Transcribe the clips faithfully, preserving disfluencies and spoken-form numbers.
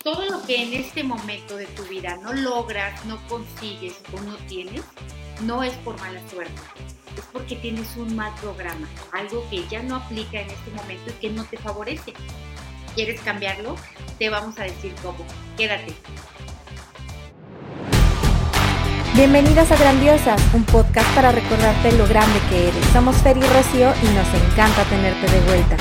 todo lo que en este momento de tu vida no logras, no consigues o no tienes, no es por mala suerte, es porque tienes un mal programa, algo que ya no aplica en este momento y que no te favorece. ¿Quieres cambiarlo? Te vamos a decir cómo. Quédate. Bienvenidas a Grandiosas, un podcast para recordarte lo grande que eres. Somos Fer y Rocío y nos encanta tenerte de vuelta.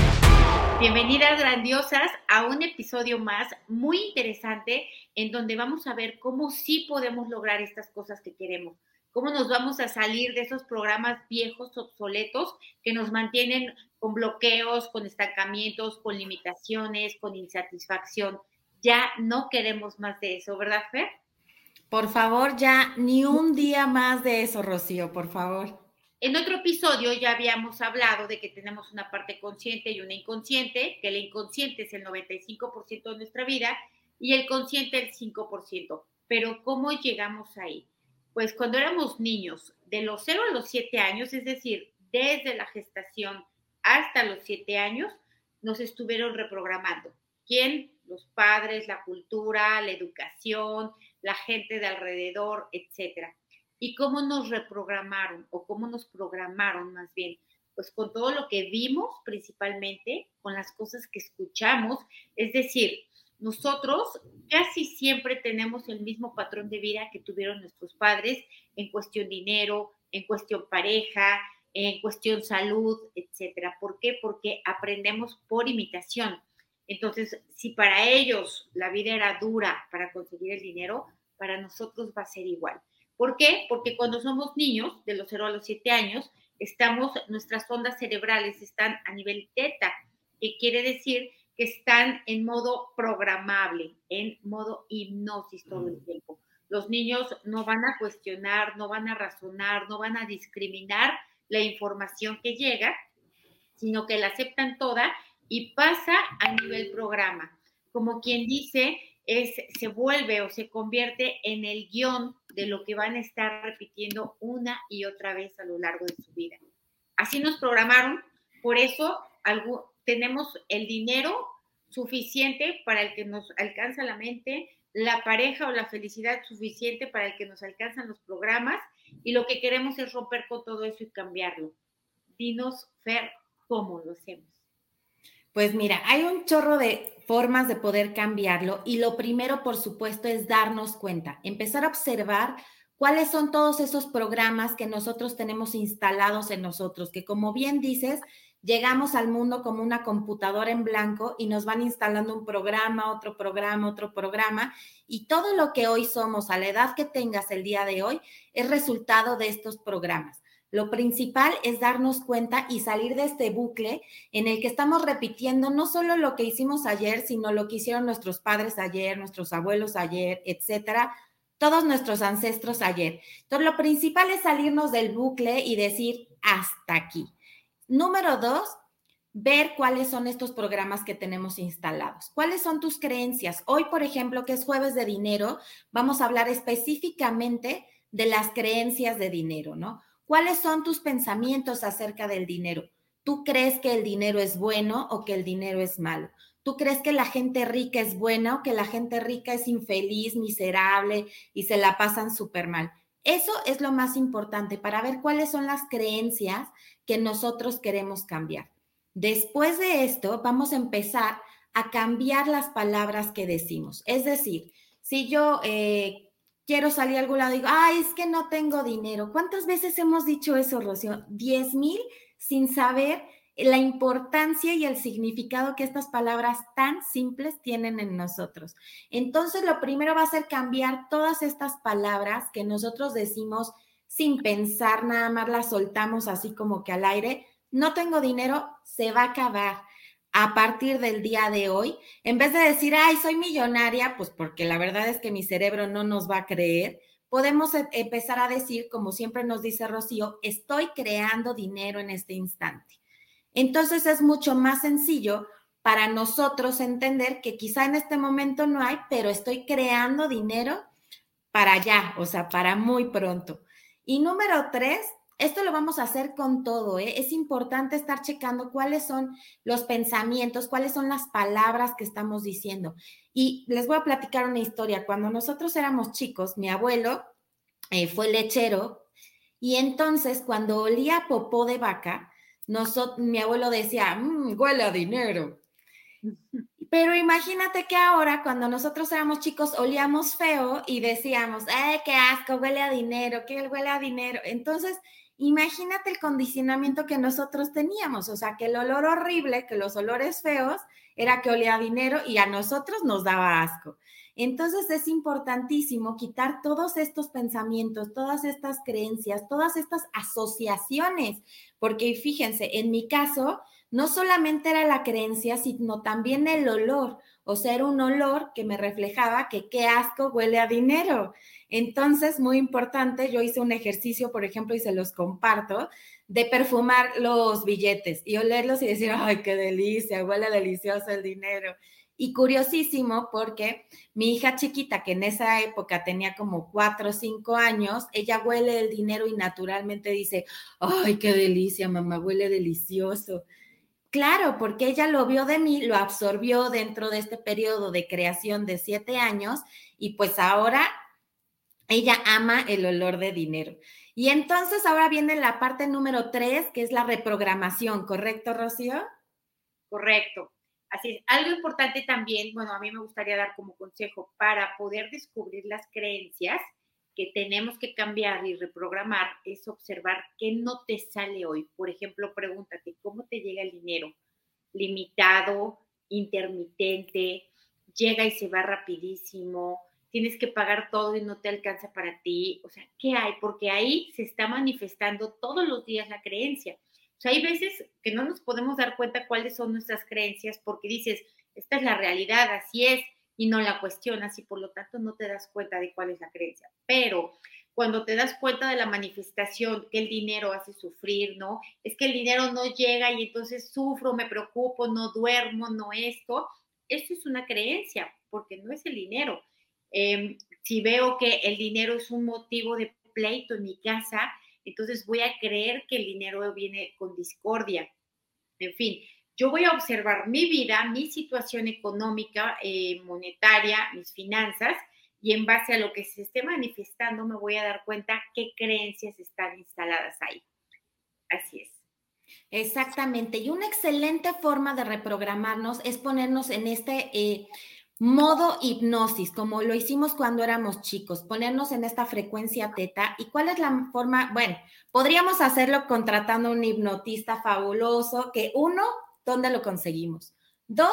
Bienvenidas grandiosas a un episodio más muy interesante en donde vamos a ver cómo sí podemos lograr estas cosas que queremos, cómo nos vamos a salir de esos programas viejos, obsoletos, que nos mantienen con bloqueos, con estancamientos, con limitaciones, con insatisfacción. Ya no queremos más de eso, ¿verdad, Fer? Por favor, ya ni un día más de eso, Rocío, por favor. En otro episodio ya habíamos hablado de que tenemos una parte consciente y una inconsciente, que el inconsciente es el noventa y cinco por ciento de nuestra vida y el consciente el cinco por ciento. Pero ¿cómo llegamos ahí? Pues cuando éramos niños, de los cero a los siete años, es decir, desde la gestación hasta los siete años, nos estuvieron reprogramando. ¿Quién? Los padres, la cultura, la educación, la gente de alrededor, etcétera. ¿Y cómo nos reprogramaron o cómo nos programaron más bien? Pues con todo lo que vimos principalmente, con las cosas que escuchamos, es decir, nosotros casi siempre tenemos el mismo patrón de vida que tuvieron nuestros padres en cuestión dinero, en cuestión pareja, en cuestión salud, etcétera. ¿Por qué? Porque aprendemos por imitación. Entonces, si para ellos la vida era dura para conseguir el dinero, para nosotros va a ser igual. ¿Por qué? Porque cuando somos niños, de los cero a los siete años, estamos, nuestras ondas cerebrales están a nivel teta, que quiere decir que están en modo programable, en modo hipnosis todo el tiempo. Los niños no van a cuestionar, no van a razonar, no van a discriminar la información que llega, sino que la aceptan toda y pasa a nivel programa. Como quien dice, es, se vuelve o se convierte en el guión de lo que van a estar repitiendo una y otra vez a lo largo de su vida. Así nos programaron, por eso algo, tenemos el dinero suficiente para el que nos alcanza la mente, la pareja o la felicidad suficiente para el que nos alcanzan los programas, y lo que queremos es romper con todo eso y cambiarlo. Dinos, Fer, ¿cómo lo hacemos? Pues mira, hay un chorro de formas de poder cambiarlo y lo primero, por supuesto, es darnos cuenta, empezar a observar cuáles son todos esos programas que nosotros tenemos instalados en nosotros, que como bien dices, llegamos al mundo como una computadora en blanco y nos van instalando un programa, otro programa, otro programa, y todo lo que hoy somos, a la edad que tengas el día de hoy, es resultado de estos programas. Lo principal es darnos cuenta y salir de este bucle en el que estamos repitiendo no solo lo que hicimos ayer, sino lo que hicieron nuestros padres ayer, nuestros abuelos ayer, etcétera, todos nuestros ancestros ayer. Entonces, lo principal es salirnos del bucle y decir hasta aquí. Número dos, ver cuáles son estos programas que tenemos instalados. ¿Cuáles son tus creencias? Hoy, por ejemplo, que es jueves de dinero, vamos a hablar específicamente de las creencias de dinero, ¿no? ¿Cuáles son tus pensamientos acerca del dinero? ¿Tú crees que el dinero es bueno o que el dinero es malo? ¿Tú crees que la gente rica es buena o que la gente rica es infeliz, miserable y se la pasan súper mal? Eso es lo más importante para ver cuáles son las creencias que nosotros queremos cambiar. Después de esto, vamos a empezar a cambiar las palabras que decimos. Es decir, si yo... Eh, quiero salir a algún lado y digo, ay, es que no tengo dinero. ¿Cuántas veces hemos dicho eso, Rocío? Diez mil sin saber la importancia y el significado que estas palabras tan simples tienen en nosotros. Entonces, lo primero va a ser cambiar todas estas palabras que nosotros decimos sin pensar, nada más las soltamos así como que al aire. No tengo dinero, se va a acabar. A partir del día de hoy, en vez de decir, ay, soy millonaria, pues porque la verdad es que mi cerebro no nos va a creer, podemos empezar a decir, como siempre nos dice Rocío, estoy creando dinero en este instante. Entonces es mucho más sencillo para nosotros entender que quizá en este momento no hay, pero estoy creando dinero para allá, o sea, para muy pronto. Y número tres, Esto lo vamos a hacer con todo, ¿eh? Es importante estar checando cuáles son los pensamientos, cuáles son las palabras que estamos diciendo. Y les voy a platicar una historia. Cuando nosotros éramos chicos, mi abuelo eh, fue lechero y entonces cuando olía popó de vaca, nosotros, mi abuelo decía, mmm, huele a dinero. Pero imagínate que ahora, cuando nosotros éramos chicos, olíamos feo y decíamos, ¡ay, qué asco! Huele a dinero, que huele a dinero. Entonces, imagínate el condicionamiento que nosotros teníamos. O sea, que el olor horrible, que los olores feos, era que olía a dinero y a nosotros nos daba asco. Entonces, es importantísimo quitar todos estos pensamientos, todas estas creencias, todas estas asociaciones. Porque fíjense, en mi caso, no solamente era la creencia, sino también el olor. O sea, era un olor que me reflejaba que qué asco huele a dinero. Entonces, muy importante, yo hice un ejercicio, por ejemplo, y se los comparto, de perfumar los billetes y olerlos y decir, ay, qué delicia, huele delicioso el dinero. Y curiosísimo porque mi hija chiquita, que en esa época tenía como cuatro o cinco años, ella huele el dinero y naturalmente dice, ay, qué delicia, mamá, huele delicioso. Claro, porque ella lo vio de mí, lo absorbió dentro de este periodo de creación de siete años y pues ahora ella ama el olor de dinero. Y entonces ahora viene la parte número tres, que es la reprogramación, ¿correcto, Rocío? Correcto. Así es. Algo importante también, bueno, a mí me gustaría dar como consejo para poder descubrir las creencias que tenemos que cambiar y reprogramar es observar qué no te sale hoy. Por ejemplo, pregúntate, ¿cómo te llega el dinero? Limitado, intermitente, llega y se va rapidísimo, tienes que pagar todo y no te alcanza para ti. O sea, ¿qué hay? Porque ahí se está manifestando todos los días la creencia. O sea, hay veces que no nos podemos dar cuenta cuáles son nuestras creencias porque dices, esta es la realidad, así es, y no la cuestionas y por lo tanto no te das cuenta de cuál es la creencia. Pero cuando te das cuenta de la manifestación que el dinero hace sufrir, ¿no? Es que el dinero no llega y entonces sufro, me preocupo, no duermo, no esto. Esto es una creencia porque no es el dinero. Eh, si veo que el dinero es un motivo de pleito en mi casa, entonces voy a creer que el dinero viene con discordia. En fin, yo voy a observar mi vida, mi situación económica, eh, monetaria, mis finanzas, y en base a lo que se esté manifestando me voy a dar cuenta qué creencias están instaladas ahí. Así es. Exactamente. Y una excelente forma de reprogramarnos es ponernos en este eh, modo hipnosis, como lo hicimos cuando éramos chicos, ponernos en esta frecuencia teta. ¿Y cuál es la forma? Bueno, podríamos hacerlo contratando a un hipnotista fabuloso, que uno, ¿dónde lo conseguimos? Dos,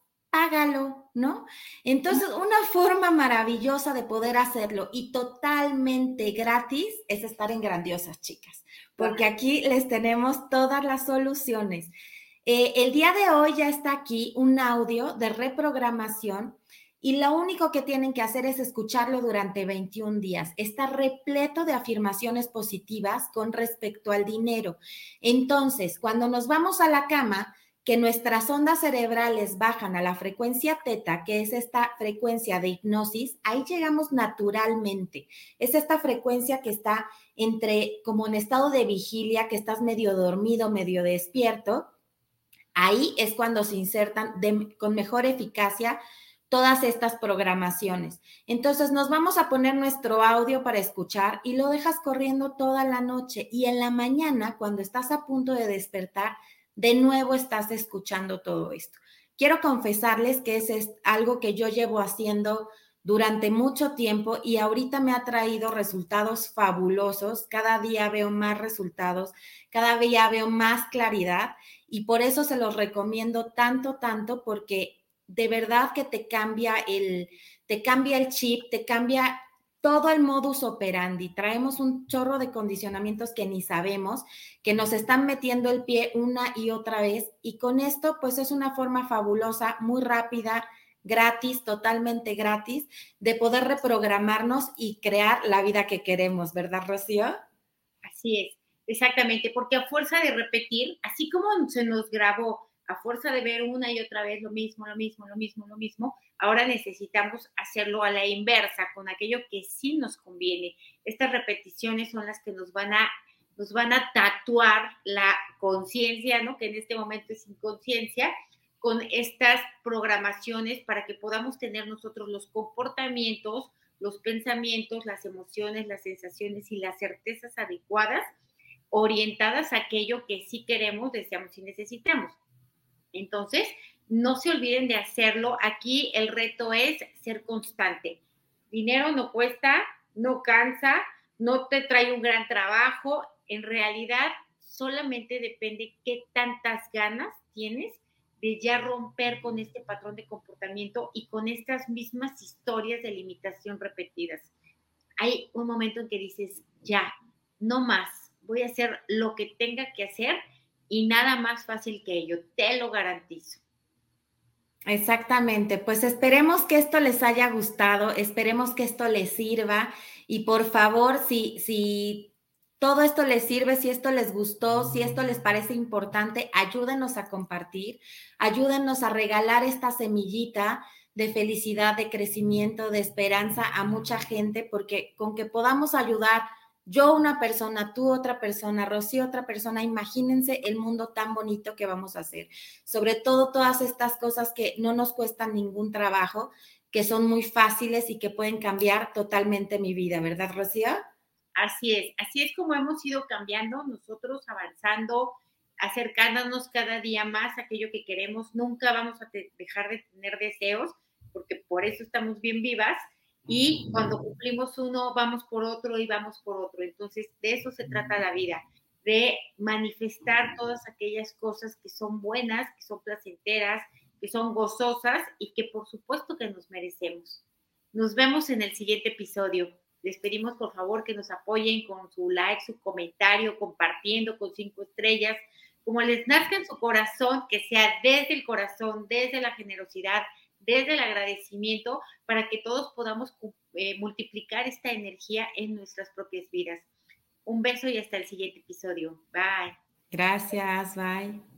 hágalo, ¿no? Entonces, una forma maravillosa de poder hacerlo y totalmente gratis es estar en Grandiosas, chicas, porque aquí les tenemos todas las soluciones. Eh, el día de hoy ya está aquí un audio de reprogramación y lo único que tienen que hacer es escucharlo durante veintiún días. Está repleto de afirmaciones positivas con respecto al dinero. Entonces, cuando nos vamos a la cama, que nuestras ondas cerebrales bajan a la frecuencia teta, que es esta frecuencia de hipnosis, ahí llegamos naturalmente. Es esta frecuencia que está entre como en estado de vigilia, que estás medio dormido, medio despierto. Ahí es cuando se insertan de, con mejor eficacia todas estas programaciones. Entonces nos vamos a poner nuestro audio para escuchar y lo dejas corriendo toda la noche y en la mañana, cuando estás a punto de despertar, de nuevo estás escuchando todo esto. Quiero confesarles que ese es algo que yo llevo haciendo durante mucho tiempo y ahorita me ha traído resultados fabulosos. Cada día veo más resultados, cada día veo más claridad y por eso se los recomiendo tanto, tanto, porque de verdad que te cambia el, te cambia el chip, te cambia todo el modus operandi. Traemos un chorro de condicionamientos que ni sabemos, que nos están metiendo el pie una y otra vez y con esto pues es una forma fabulosa, muy rápida, gratis, totalmente gratis, de poder reprogramarnos y crear la vida que queremos, ¿verdad, Rocío? Así es, exactamente, porque a fuerza de repetir, así como se nos grabó, a fuerza de ver una y otra vez lo mismo, lo mismo, lo mismo, lo mismo, ahora necesitamos hacerlo a la inversa, con aquello que sí nos conviene. Estas repeticiones son las que nos van a nos van a tatuar la conciencia, ¿no? Que en este momento es inconsciencia, con estas programaciones para que podamos tener nosotros los comportamientos, los pensamientos, las emociones, las sensaciones y las certezas adecuadas, orientadas a aquello que sí queremos, deseamos y necesitamos. Entonces, no se olviden de hacerlo. Aquí el reto es ser constante. Dinero no cuesta, no cansa, no te trae un gran trabajo. En realidad, solamente depende qué tantas ganas tienes de ya romper con este patrón de comportamiento y con estas mismas historias de limitación repetidas. Hay un momento en que dices, ya, no más, voy a hacer lo que tenga que hacer y nada más fácil que ello, te lo garantizo. Exactamente, pues esperemos que esto les haya gustado, esperemos que esto les sirva y por favor, si, si todo esto les sirve, si esto les gustó, si esto les parece importante, ayúdenos a compartir, ayúdenos a regalar esta semillita de felicidad, de crecimiento, de esperanza a mucha gente, porque con que podamos ayudar yo una persona, tú otra persona, Rocío otra persona, imagínense el mundo tan bonito que vamos a hacer. Sobre todo todas estas cosas que no nos cuestan ningún trabajo, que son muy fáciles y que pueden cambiar totalmente mi vida, ¿verdad, Rocío? Así es, así es como hemos ido cambiando, nosotros avanzando, acercándonos cada día más a aquello que queremos. Nunca vamos a te- dejar de tener deseos, porque por eso estamos bien vivas. Y cuando cumplimos uno, vamos por otro y vamos por otro. Entonces, de eso se trata la vida, de manifestar todas aquellas cosas que son buenas, que son placenteras, que son gozosas y que por supuesto que nos merecemos. Nos vemos en el siguiente episodio. Les pedimos por favor que nos apoyen con su like, su comentario, compartiendo con cinco estrellas, como les nazca en su corazón, que sea desde el corazón, desde la generosidad, desde el agradecimiento, para que todos podamos eh, multiplicar esta energía en nuestras propias vidas. Un beso y hasta el siguiente episodio. Bye. Gracias, bye.